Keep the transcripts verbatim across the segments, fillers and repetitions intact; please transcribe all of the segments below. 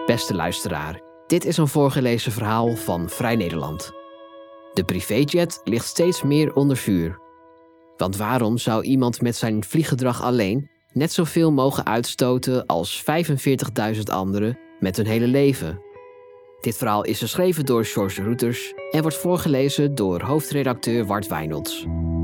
Beste luisteraar, dit is een voorgelezen verhaal van Vrij Nederland. De privéjet ligt steeds meer onder vuur. Want waarom zou iemand met zijn vlieggedrag alleen net zoveel mogen uitstoten als vijfenveertigduizend anderen met hun hele leven? Dit verhaal is geschreven door George Roeters en wordt voorgelezen door hoofdredacteur Wart Wijnolds.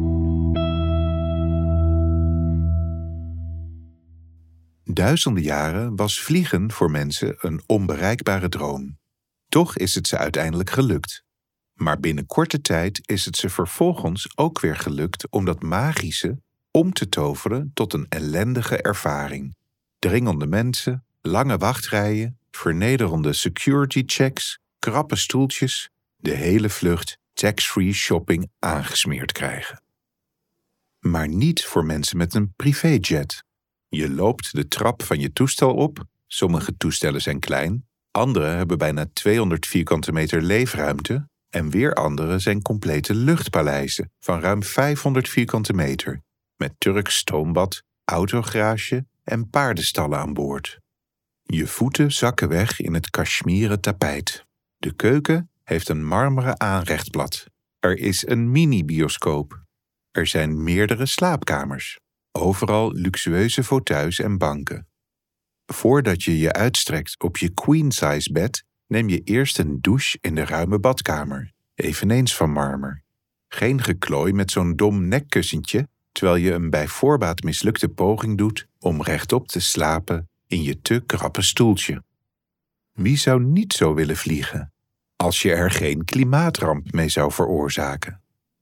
Duizenden jaren was vliegen voor mensen een onbereikbare droom. Toch is het ze uiteindelijk gelukt. Maar binnen korte tijd is het ze vervolgens ook weer gelukt om dat magische om te toveren tot een ellendige ervaring. Dringende mensen, lange wachtrijen, vernederende security checks, krappe stoeltjes, de hele vlucht tax-free shopping aangesmeerd krijgen. Maar niet voor mensen met een privéjet. Je loopt de trap van je toestel op, sommige toestellen zijn klein, andere hebben bijna tweehonderd vierkante meter leefruimte en weer andere zijn complete luchtpaleizen van ruim vijfhonderd vierkante meter, met Turks stoombad, autogarage en paardenstallen aan boord. Je voeten zakken weg in het kashmieren tapijt. De keuken heeft een marmeren aanrechtblad. Er is een mini-bioscoop. Er zijn meerdere slaapkamers. Overal luxueuze fauteuils en banken. Voordat je je uitstrekt op je queen-size bed, neem je eerst een douche in de ruime badkamer, eveneens van marmer. Geen geklooi met zo'n dom nekkussentje, terwijl je een bij voorbaat mislukte poging doet om rechtop te slapen in je te krappe stoeltje. Wie zou niet zo willen vliegen, als je er geen klimaatramp mee zou veroorzaken?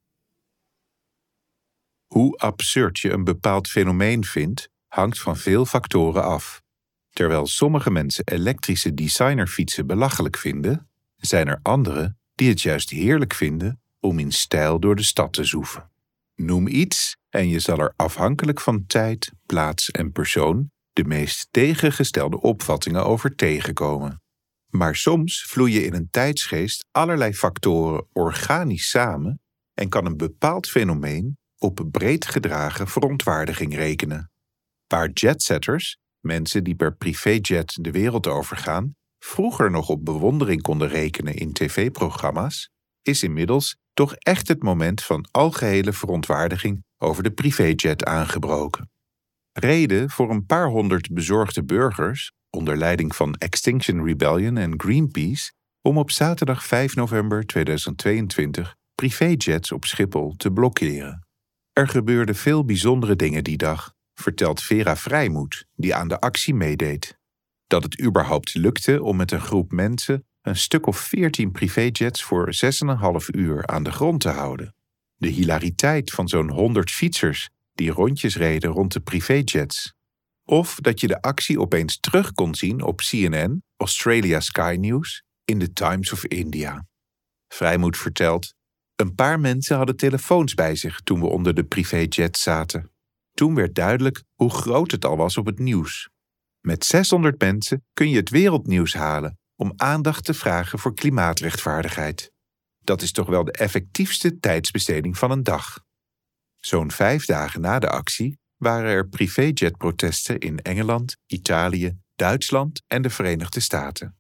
Hoe absurd je een bepaald fenomeen vindt, hangt van veel factoren af. Terwijl sommige mensen elektrische designerfietsen belachelijk vinden, zijn er anderen die het juist heerlijk vinden om in stijl door de stad te zoeven. Noem iets en je zal er afhankelijk van tijd, plaats en persoon de meest tegengestelde opvattingen over tegenkomen. Maar soms vloeien in een tijdsgeest allerlei factoren organisch samen en kan een bepaald fenomeen op breed gedragen verontwaardiging rekenen. Waar jetsetters, mensen die per privéjet de wereld overgaan, vroeger nog op bewondering konden rekenen in tv-programma's, is inmiddels toch echt het moment van algehele verontwaardiging over de privéjet aangebroken. Reden voor een paar honderd bezorgde burgers, onder leiding van Extinction Rebellion en Greenpeace, om op zaterdag vijf november tweeduizend tweeëntwintig privéjets op Schiphol te blokkeren. Er gebeurden veel bijzondere dingen die dag, vertelt Vera Vrijmoed, die aan de actie meedeed. Dat het überhaupt lukte om met een groep mensen een stuk of veertien privéjets voor zes en een half uur aan de grond te houden. De hilariteit van zo'n honderd fietsers die rondjes reden rond de privéjets. Of dat je de actie opeens terug kon zien op C N N, Australia Sky News, in the Times of India. Vrijmoed vertelt: een paar mensen hadden telefoons bij zich toen we onder de privéjet zaten. Toen werd duidelijk hoe groot het al was op het nieuws. Met zeshonderd mensen kun je het wereldnieuws halen om aandacht te vragen voor klimaatrechtvaardigheid. Dat is toch wel de effectiefste tijdsbesteding van een dag. Zo'n vijf dagen na de actie waren er privéjetprotesten in Engeland, Italië, Duitsland en de Verenigde Staten.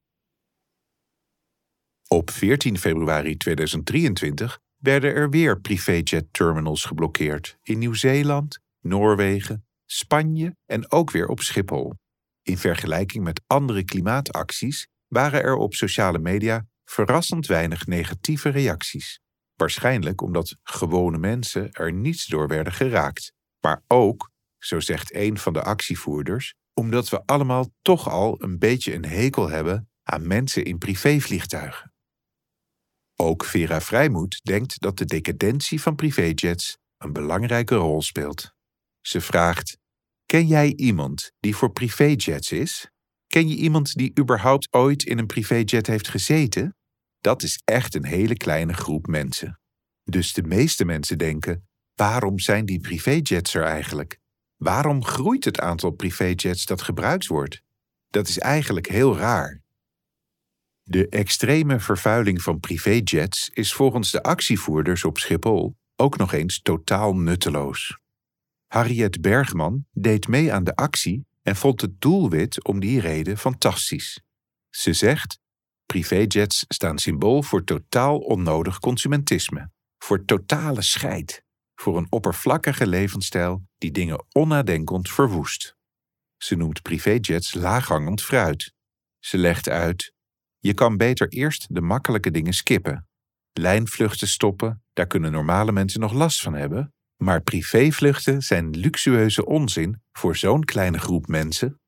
Op veertien februari tweeduizend drieëntwintig werden er weer privéjet-terminals geblokkeerd in Nieuw-Zeeland, Noorwegen, Spanje en ook weer op Schiphol. In vergelijking met andere klimaatacties waren er op sociale media verrassend weinig negatieve reacties. Waarschijnlijk omdat gewone mensen er niets door werden geraakt. Maar ook, zo zegt een van de actievoerders, omdat we allemaal toch al een beetje een hekel hebben aan mensen in privévliegtuigen. Ook Vera Vrijmoed denkt dat de decadentie van privéjets een belangrijke rol speelt. Ze vraagt: ken jij iemand die voor privéjets is? Ken je iemand die überhaupt ooit in een privéjet heeft gezeten? Dat is echt een hele kleine groep mensen. Dus de meeste mensen denken: waarom zijn die privéjets er eigenlijk? Waarom groeit het aantal privéjets dat gebruikt wordt? Dat is eigenlijk heel raar. De extreme vervuiling van privéjets is volgens de actievoerders op Schiphol ook nog eens totaal nutteloos. Harriet Bergman deed mee aan de actie en vond het doelwit om die reden fantastisch. Ze zegt: privéjets staan symbool voor totaal onnodig consumentisme, voor totale scheid, voor een oppervlakkige levensstijl die dingen onnadenkend verwoest. Ze noemt privéjets laaghangend fruit. Ze legt uit: je kan beter eerst de makkelijke dingen skippen. Lijnvluchten stoppen, daar kunnen normale mensen nog last van hebben, maar privévluchten zijn luxueuze onzin voor zo'n kleine groep mensen.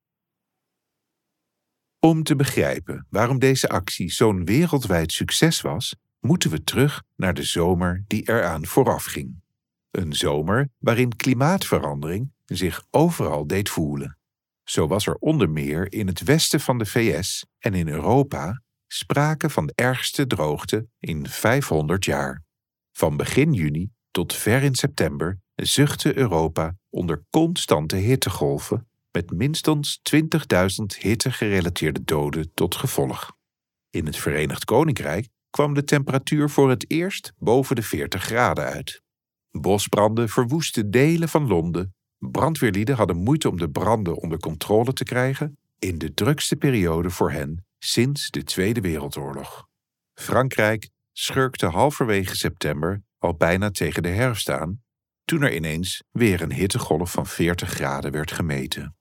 Om te begrijpen waarom deze actie zo'n wereldwijd succes was, moeten we terug naar de zomer die eraan voorafging. Een zomer waarin klimaatverandering zich overal deed voelen. Zo was er onder meer in het westen van de V S en in Europa sprake van de ergste droogte in vijfhonderd jaar. Van begin juni tot ver in september zuchtte Europa onder constante hittegolven met minstens twintigduizend hittegerelateerde doden tot gevolg. In het Verenigd Koninkrijk kwam de temperatuur voor het eerst boven de veertig graden uit. Bosbranden verwoestten delen van Londen. Brandweerlieden hadden moeite om de branden onder controle te krijgen in de drukste periode voor hen sinds de Tweede Wereldoorlog. Frankrijk schurkte halverwege september al bijna tegen de herfst aan, toen er ineens weer een hittegolf van veertig graden werd gemeten.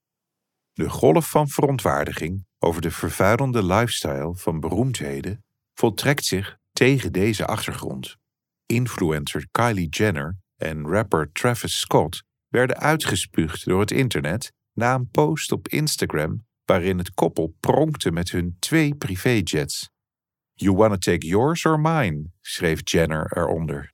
De golf van verontwaardiging over de vervuilende lifestyle van beroemdheden voltrekt zich tegen deze achtergrond. Influencer Kylie Jenner en rapper Travis Scott werden uitgespuugd door het internet na een post op Instagram waarin het koppel pronkte met hun twee privéjets. You wanna take yours or mine, schreef Jenner eronder.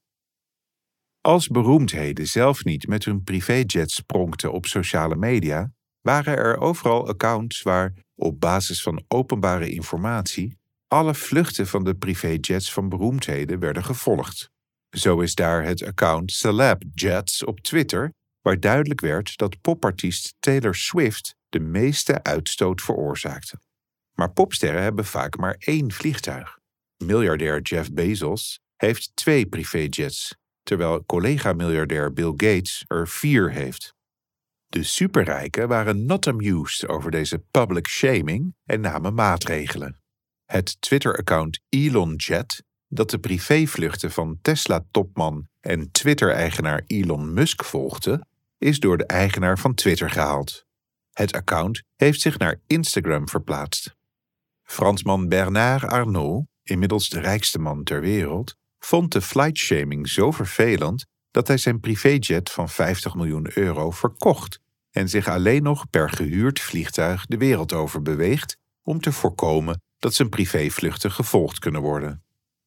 Als beroemdheden zelf niet met hun privéjets pronkten op sociale media, waren er overal accounts waar, op basis van openbare informatie, alle vluchten van de privéjets van beroemdheden werden gevolgd. Zo is daar het account CelebJets op Twitter, waar duidelijk werd dat popartiest Taylor Swift de meeste uitstoot veroorzaakte. Maar popsterren hebben vaak maar één vliegtuig. Miljardair Jeff Bezos heeft twee privéjets, terwijl collega-miljardair Bill Gates er vier heeft. De superrijken waren not amused over deze public shaming en namen maatregelen. Het Twitter-account ElonJet, dat de privévluchten van Tesla-topman en Twitter-eigenaar Elon Musk volgde, is door de eigenaar van Twitter gehaald. Het account heeft zich naar Instagram verplaatst. Fransman Bernard Arnault, inmiddels de rijkste man ter wereld, vond de flightshaming zo vervelend dat hij zijn privéjet van vijftig miljoen euro verkocht en zich alleen nog per gehuurd vliegtuig de wereld over beweegt om te voorkomen dat zijn privévluchten gevolgd kunnen worden.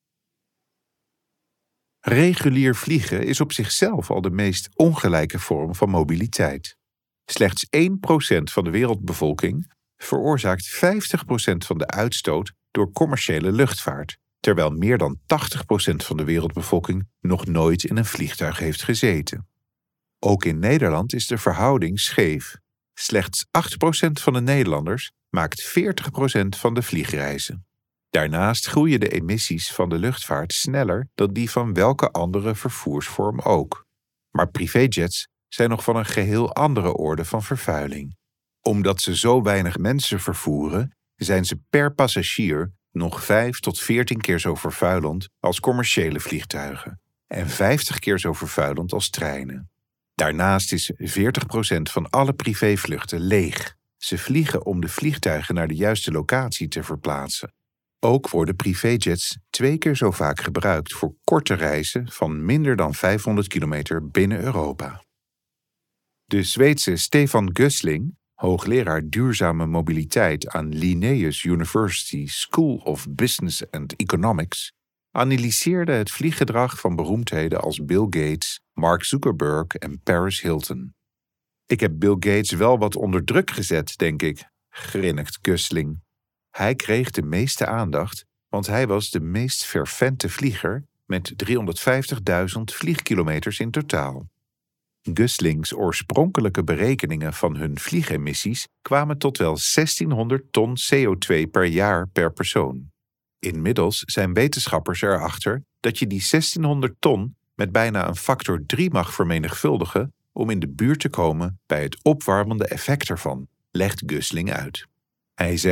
Regulier vliegen is op zichzelf al de meest ongelijke vorm van mobiliteit. Slechts één procent van de wereldbevolking veroorzaakt vijftig procent van de uitstoot door commerciële luchtvaart, terwijl meer dan tachtig procent van de wereldbevolking nog nooit in een vliegtuig heeft gezeten. Ook in Nederland is de verhouding scheef. Slechts acht procent van de Nederlanders maakt veertig procent van de vliegreizen. Daarnaast groeien de emissies van de luchtvaart sneller dan die van welke andere vervoersvorm ook. Maar privéjets zijn nog van een geheel andere orde van vervuiling. Omdat ze zo weinig mensen vervoeren, zijn ze per passagier nog vijf tot veertien keer zo vervuilend als commerciële vliegtuigen en vijftig keer zo vervuilend als treinen. Daarnaast is veertig procent van alle privévluchten leeg. Ze vliegen om de vliegtuigen naar de juiste locatie te verplaatsen. Ook worden privéjets twee keer zo vaak gebruikt voor korte reizen van minder dan vijfhonderd kilometer binnen Europa. De Zweedse Stefan Gössling, hoogleraar duurzame mobiliteit aan Linnaeus University School of Business and Economics, analyseerde het vlieggedrag van beroemdheden als Bill Gates, Mark Zuckerberg en Paris Hilton. Ik heb Bill Gates wel wat onder druk gezet, denk ik, grinnikt Gössling. Hij kreeg de meeste aandacht, want hij was de meest fervente vlieger met driehonderdvijftigduizend vliegkilometers in totaal. Gösslings oorspronkelijke berekeningen van hun vliegemissies kwamen tot wel zestienhonderd ton C O twee per jaar per persoon. Inmiddels zijn wetenschappers erachter dat je die zestienhonderd ton met bijna een factor drie mag vermenigvuldigen om in de buurt te komen bij het opwarmende effect ervan, legt Gössling uit. Hij zegt: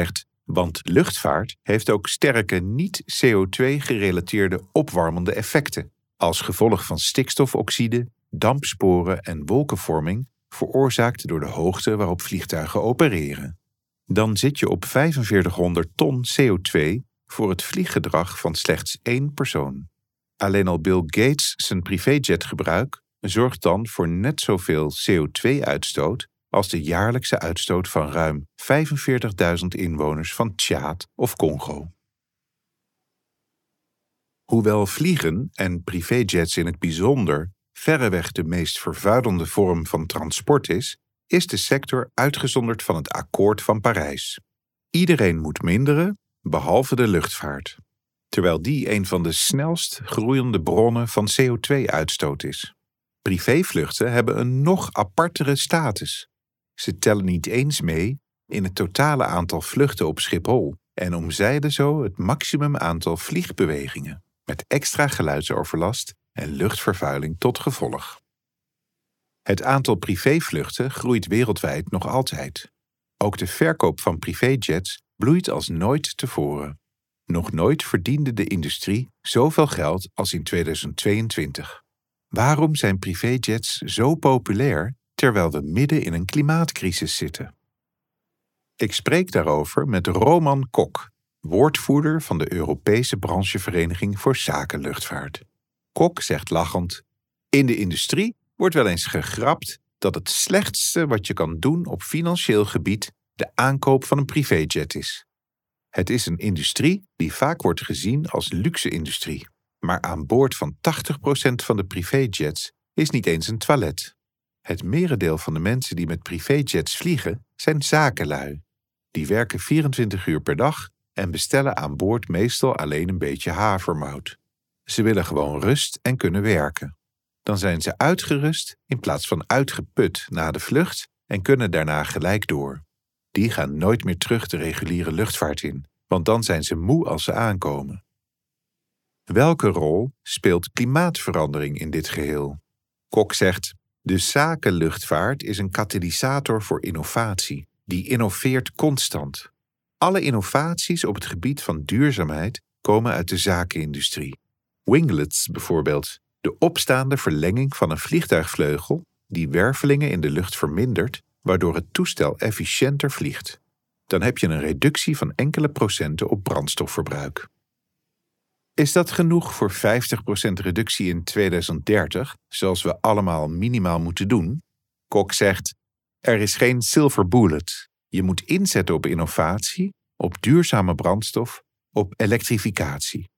Want luchtvaart heeft ook sterke niet-C O twee gerelateerde opwarmende effecten, als gevolg van stikstofoxide, dampsporen en wolkenvorming, veroorzaakt door de hoogte waarop vliegtuigen opereren. Dan zit je op vijfenveertighonderd ton C O twee voor het vlieggedrag van slechts één persoon. Alleen al Bill Gates zijn privéjetgebruik zorgt dan voor net zoveel C O twee uitstoot als de jaarlijkse uitstoot van ruim vijfenveertigduizend inwoners van Tjaad of Congo. Hoewel vliegen, en privéjets in het bijzonder, verreweg de meest vervuilende vorm van transport is, is de sector uitgezonderd van het Akkoord van Parijs. Iedereen moet minderen, behalve de luchtvaart, terwijl die een van de snelst groeiende bronnen van C O twee uitstoot is. Privévluchten hebben een nog apartere status. Ze tellen niet eens mee in het totale aantal vluchten op Schiphol en omzeilen zo het maximum aantal vliegbewegingen, met extra geluidsoverlast en luchtvervuiling tot gevolg. Het aantal privévluchten groeit wereldwijd nog altijd. Ook de verkoop van privéjets bloeit als nooit tevoren. Nog nooit verdiende de industrie zoveel geld als in tweeduizend tweeëntwintig. Waarom zijn privéjets zo populair terwijl we midden in een klimaatcrisis zitten? Ik spreek daarover met Roman Kok, woordvoerder van de Europese branchevereniging voor zakenluchtvaart. Kok zegt lachend: in de industrie wordt wel eens gegrapt dat het slechtste wat je kan doen op financieel gebied de aankoop van een privéjet is. Het is een industrie die vaak wordt gezien als luxe-industrie, maar aan boord van tachtig procent van de privéjets is niet eens een toilet. Het merendeel van de mensen die met privéjets vliegen zijn zakenlui. Die werken vierentwintig uur per dag en bestellen aan boord meestal alleen een beetje havermout. Ze willen gewoon rust en kunnen werken. Dan zijn ze uitgerust in plaats van uitgeput na de vlucht en kunnen daarna gelijk door. Die gaan nooit meer terug de reguliere luchtvaart in, want dan zijn ze moe als ze aankomen. Welke rol speelt klimaatverandering in dit geheel? Kok zegt: de zakenluchtvaart is een katalysator voor innovatie. Die innoveert constant. Alle innovaties op het gebied van duurzaamheid komen uit de zakenindustrie. Winglets bijvoorbeeld, de opstaande verlenging van een vliegtuigvleugel die wervelingen in de lucht vermindert, waardoor het toestel efficiënter vliegt. Dan heb je een reductie van enkele procenten op brandstofverbruik. Is dat genoeg voor vijftig procent reductie in tweeduizend dertig, zoals we allemaal minimaal moeten doen? Kok zegt: er is geen silver bullet. Je moet inzetten op innovatie, op duurzame brandstof, op elektrificatie.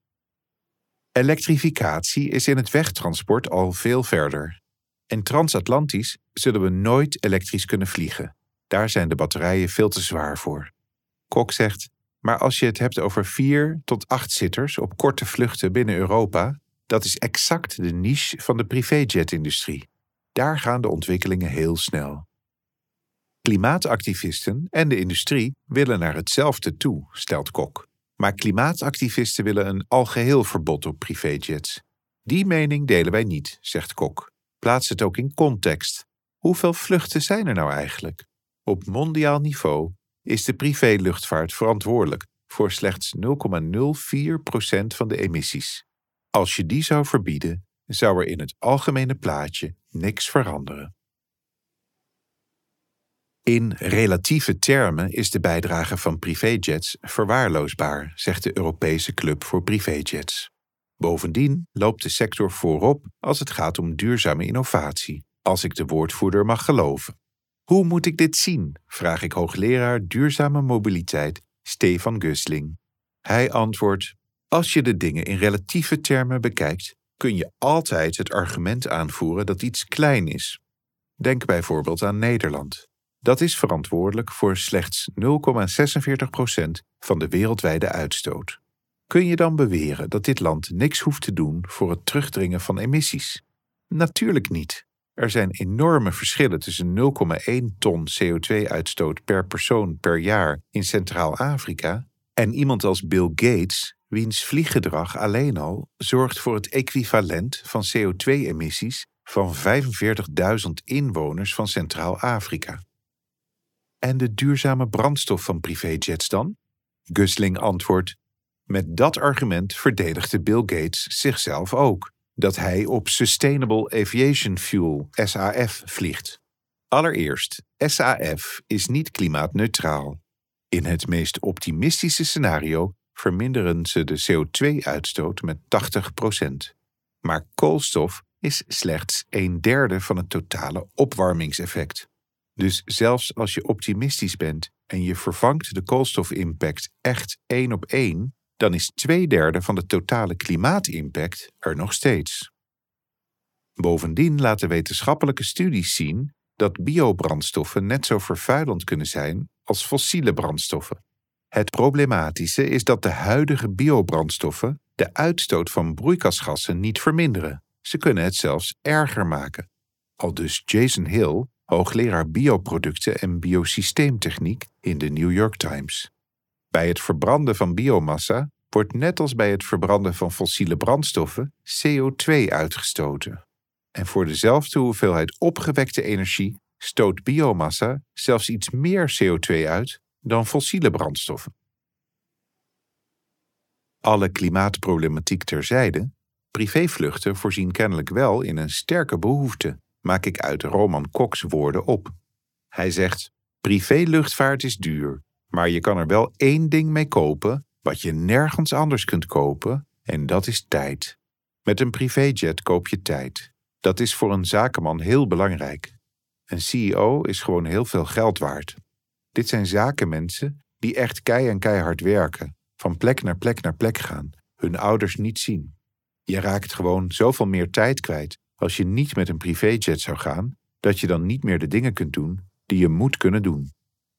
Elektrificatie is in het wegtransport al veel verder. En transatlantisch zullen we nooit elektrisch kunnen vliegen. Daar zijn de batterijen veel te zwaar voor. Kok zegt: maar als je het hebt over vier tot acht zitters op korte vluchten binnen Europa, dat is exact de niche van de privéjetindustrie. Daar gaan de ontwikkelingen heel snel. Klimaatactivisten en de industrie willen naar hetzelfde toe, stelt Kok. Maar klimaatactivisten willen een algeheel verbod op privéjets. Die mening delen wij niet, zegt Kok. Plaats het ook in context. Hoeveel vluchten zijn er nou eigenlijk? Op mondiaal niveau is de privéluchtvaart verantwoordelijk voor slechts nul komma nul vier procent van de emissies. Als je die zou verbieden, zou er in het algemene plaatje niks veranderen. In relatieve termen is de bijdrage van privéjets verwaarloosbaar, zegt de Europese Club voor Privéjets. Bovendien loopt de sector voorop als het gaat om duurzame innovatie, als ik de woordvoerder mag geloven. Hoe moet ik dit zien? Vraag ik hoogleraar duurzame mobiliteit Stefan Gusling. Hij antwoordt: als je de dingen in relatieve termen bekijkt, kun je altijd het argument aanvoeren dat iets klein is. Denk bijvoorbeeld aan Nederland. Dat is verantwoordelijk voor slechts nul komma zesenveertig procent van de wereldwijde uitstoot. Kun je dan beweren dat dit land niks hoeft te doen voor het terugdringen van emissies? Natuurlijk niet. Er zijn enorme verschillen tussen nul komma één ton C O twee uitstoot per persoon per jaar in Centraal-Afrika en iemand als Bill Gates, wiens vlieggedrag alleen al zorgt voor het equivalent van C O twee emissies van vijfenveertigduizend inwoners van Centraal-Afrika. En de duurzame brandstof van privéjets dan? Gusling antwoordt: met dat argument verdedigde Bill Gates zichzelf ook, dat hij op Sustainable Aviation Fuel, S A F, vliegt. Allereerst, S A F is niet klimaatneutraal. In het meest optimistische scenario verminderen ze de C O twee uitstoot met tachtig procent. Maar koolstof is slechts een derde van het totale opwarmingseffect. Dus zelfs als je optimistisch bent en je vervangt de koolstofimpact echt één op één, dan is twee derde van de totale klimaatimpact er nog steeds. Bovendien laten wetenschappelijke studies zien dat biobrandstoffen net zo vervuilend kunnen zijn als fossiele brandstoffen. Het problematische is dat de huidige biobrandstoffen de uitstoot van broeikasgassen niet verminderen. Ze kunnen het zelfs erger maken. Aldus Jason Hill, hoogleraar bioproducten en biosysteemtechniek in de New York Times. Bij het verbranden van biomassa wordt net als bij het verbranden van fossiele brandstoffen C O twee uitgestoten. En voor dezelfde hoeveelheid opgewekte energie stoot biomassa zelfs iets meer C O twee uit dan fossiele brandstoffen. Alle klimaatproblematiek terzijde, privévluchten voorzien kennelijk wel in een sterke behoefte, maak ik uit Roman Cox woorden op. Hij zegt: privéluchtvaart is duur, maar je kan er wel één ding mee kopen wat je nergens anders kunt kopen, en dat is tijd. Met een privéjet koop je tijd. Dat is voor een zakenman heel belangrijk. Een C E O is gewoon heel veel geld waard. Dit zijn zakenmensen die echt kei en keihard werken, van plek naar plek naar plek gaan, hun ouders niet zien. Je raakt gewoon zoveel meer tijd kwijt als je niet met een privéjet zou gaan, dat je dan niet meer de dingen kunt doen die je moet kunnen doen.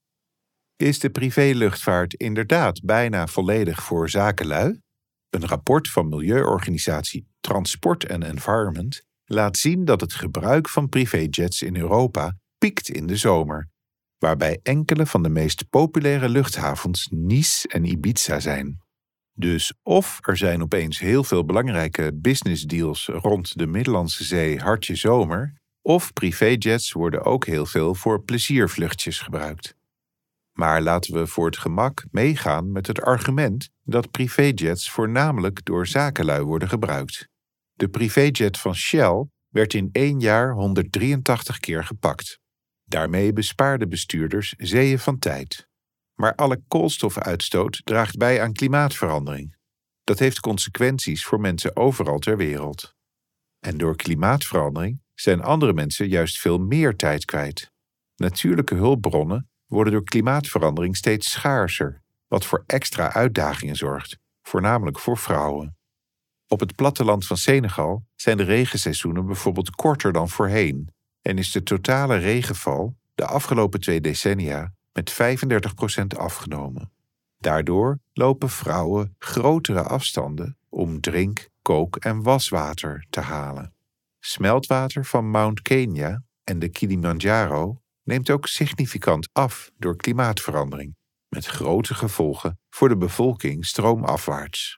Is de privéluchtvaart inderdaad bijna volledig voor zakenlui? Een rapport van milieuorganisatie Transport and Environment laat zien dat het gebruik van privéjets in Europa piekt in de zomer, waarbij enkele van de meest populaire luchthavens Nice en Ibiza zijn. Dus of er zijn opeens heel veel belangrijke businessdeals rond de Middellandse Zee hartje zomer, of privéjets worden ook heel veel voor pleziervluchtjes gebruikt. Maar laten we voor het gemak meegaan met het argument dat privéjets voornamelijk door zakenlui worden gebruikt. De privéjet van Shell werd in één jaar honderddrieëntachtig keer gepakt. Daarmee bespaarden bestuurders zeeën van tijd. Maar alle koolstofuitstoot draagt bij aan klimaatverandering. Dat heeft consequenties voor mensen overal ter wereld. En door klimaatverandering zijn andere mensen juist veel meer tijd kwijt. Natuurlijke hulpbronnen worden door klimaatverandering steeds schaarser, wat voor extra uitdagingen zorgt, voornamelijk voor vrouwen. Op het platteland van Senegal zijn de regenseizoenen bijvoorbeeld korter dan voorheen en is de totale regenval de afgelopen twee decennia met vijfendertig procent afgenomen. Daardoor lopen vrouwen grotere afstanden om drink-, kook- en waswater te halen. Smeltwater van Mount Kenya en de Kilimanjaro neemt ook significant af door klimaatverandering, met grote gevolgen voor de bevolking stroomafwaarts.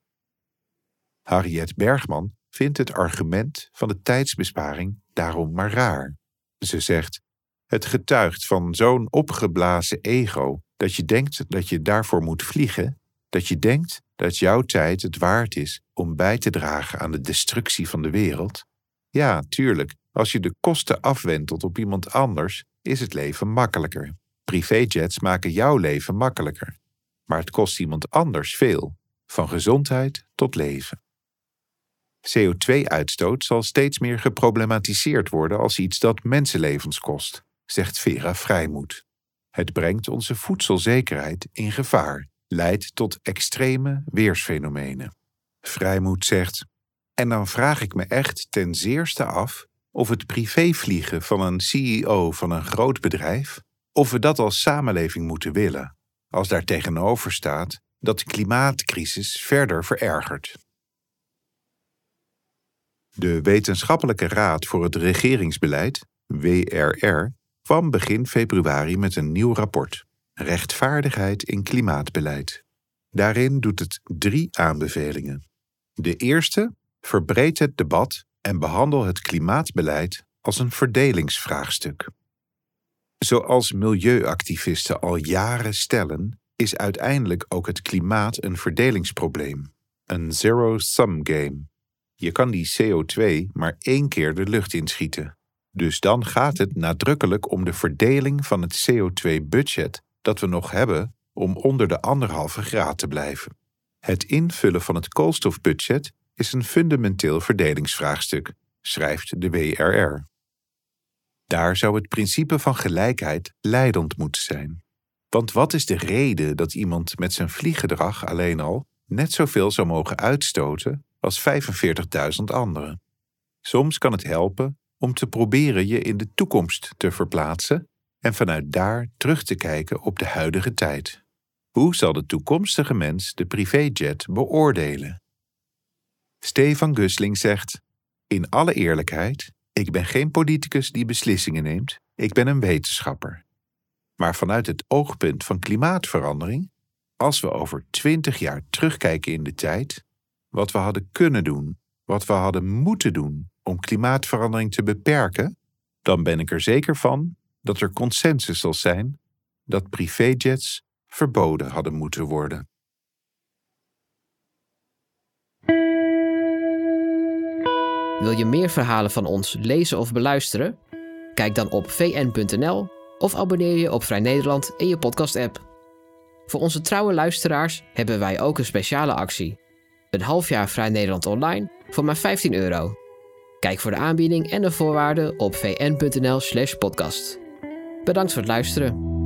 Harriet Bergman vindt het argument van de tijdsbesparing daarom maar raar. Ze zegt: het getuigt van zo'n opgeblazen ego dat je denkt dat je daarvoor moet vliegen, dat je denkt dat jouw tijd het waard is om bij te dragen aan de destructie van de wereld. Ja, tuurlijk, als je de kosten afwentelt op iemand anders, is het leven makkelijker. Privéjets maken jouw leven makkelijker. Maar het kost iemand anders veel, van gezondheid tot leven. C O twee uitstoot zal steeds meer geproblematiseerd worden als iets dat mensenlevens kost, zegt Vera Vrijmoed. Het brengt onze voedselzekerheid in gevaar, leidt tot extreme weersfenomenen. Vrijmoed zegt: en dan vraag ik me echt ten zeerste af of het privévliegen van een C E O van een groot bedrijf, of we dat als samenleving moeten willen, als daar tegenover staat dat de klimaatcrisis verder verergert. De Wetenschappelijke Raad voor het Regeringsbeleid, W R R, kwam begin februari met een nieuw rapport, Rechtvaardigheid in klimaatbeleid. Daarin doet het drie aanbevelingen. De eerste: verbreed het debat en behandel het klimaatbeleid als een verdelingsvraagstuk. Zoals milieuactivisten al jaren stellen, is uiteindelijk ook het klimaat een verdelingsprobleem. Een zero-sum game. Je kan die C O twee maar één keer de lucht inschieten. Dus dan gaat het nadrukkelijk om de verdeling van het C O twee budget dat we nog hebben om onder de anderhalve graad te blijven. Het invullen van het koolstofbudget is een fundamenteel verdelingsvraagstuk, schrijft de W R R. Daar zou het principe van gelijkheid leidend moeten zijn. Want wat is de reden dat iemand met zijn vlieggedrag alleen al net zoveel zou mogen uitstoten als vijfenveertigduizend anderen? Soms kan het helpen om te proberen je in de toekomst te verplaatsen en vanuit daar terug te kijken op de huidige tijd. Hoe zal de toekomstige mens de privéjet beoordelen? Stefan Gusling zegt: in alle eerlijkheid, ik ben geen politicus die beslissingen neemt, ik ben een wetenschapper. Maar vanuit het oogpunt van klimaatverandering, als we over twintig jaar terugkijken in de tijd, wat we hadden kunnen doen, wat we hadden moeten doen om klimaatverandering te beperken, dan ben ik er zeker van dat er consensus zal zijn dat privéjets verboden hadden moeten worden. Wil je meer verhalen van ons lezen of beluisteren? Kijk dan op v n punt n l of abonneer je op Vrij Nederland in je podcast-app. Voor onze trouwe luisteraars hebben wij ook een speciale actie. Een half jaar Vrij Nederland online voor maar vijftien euro. Kijk voor de aanbieding en de voorwaarden op v n punt n l slash podcast. Bedankt voor het luisteren.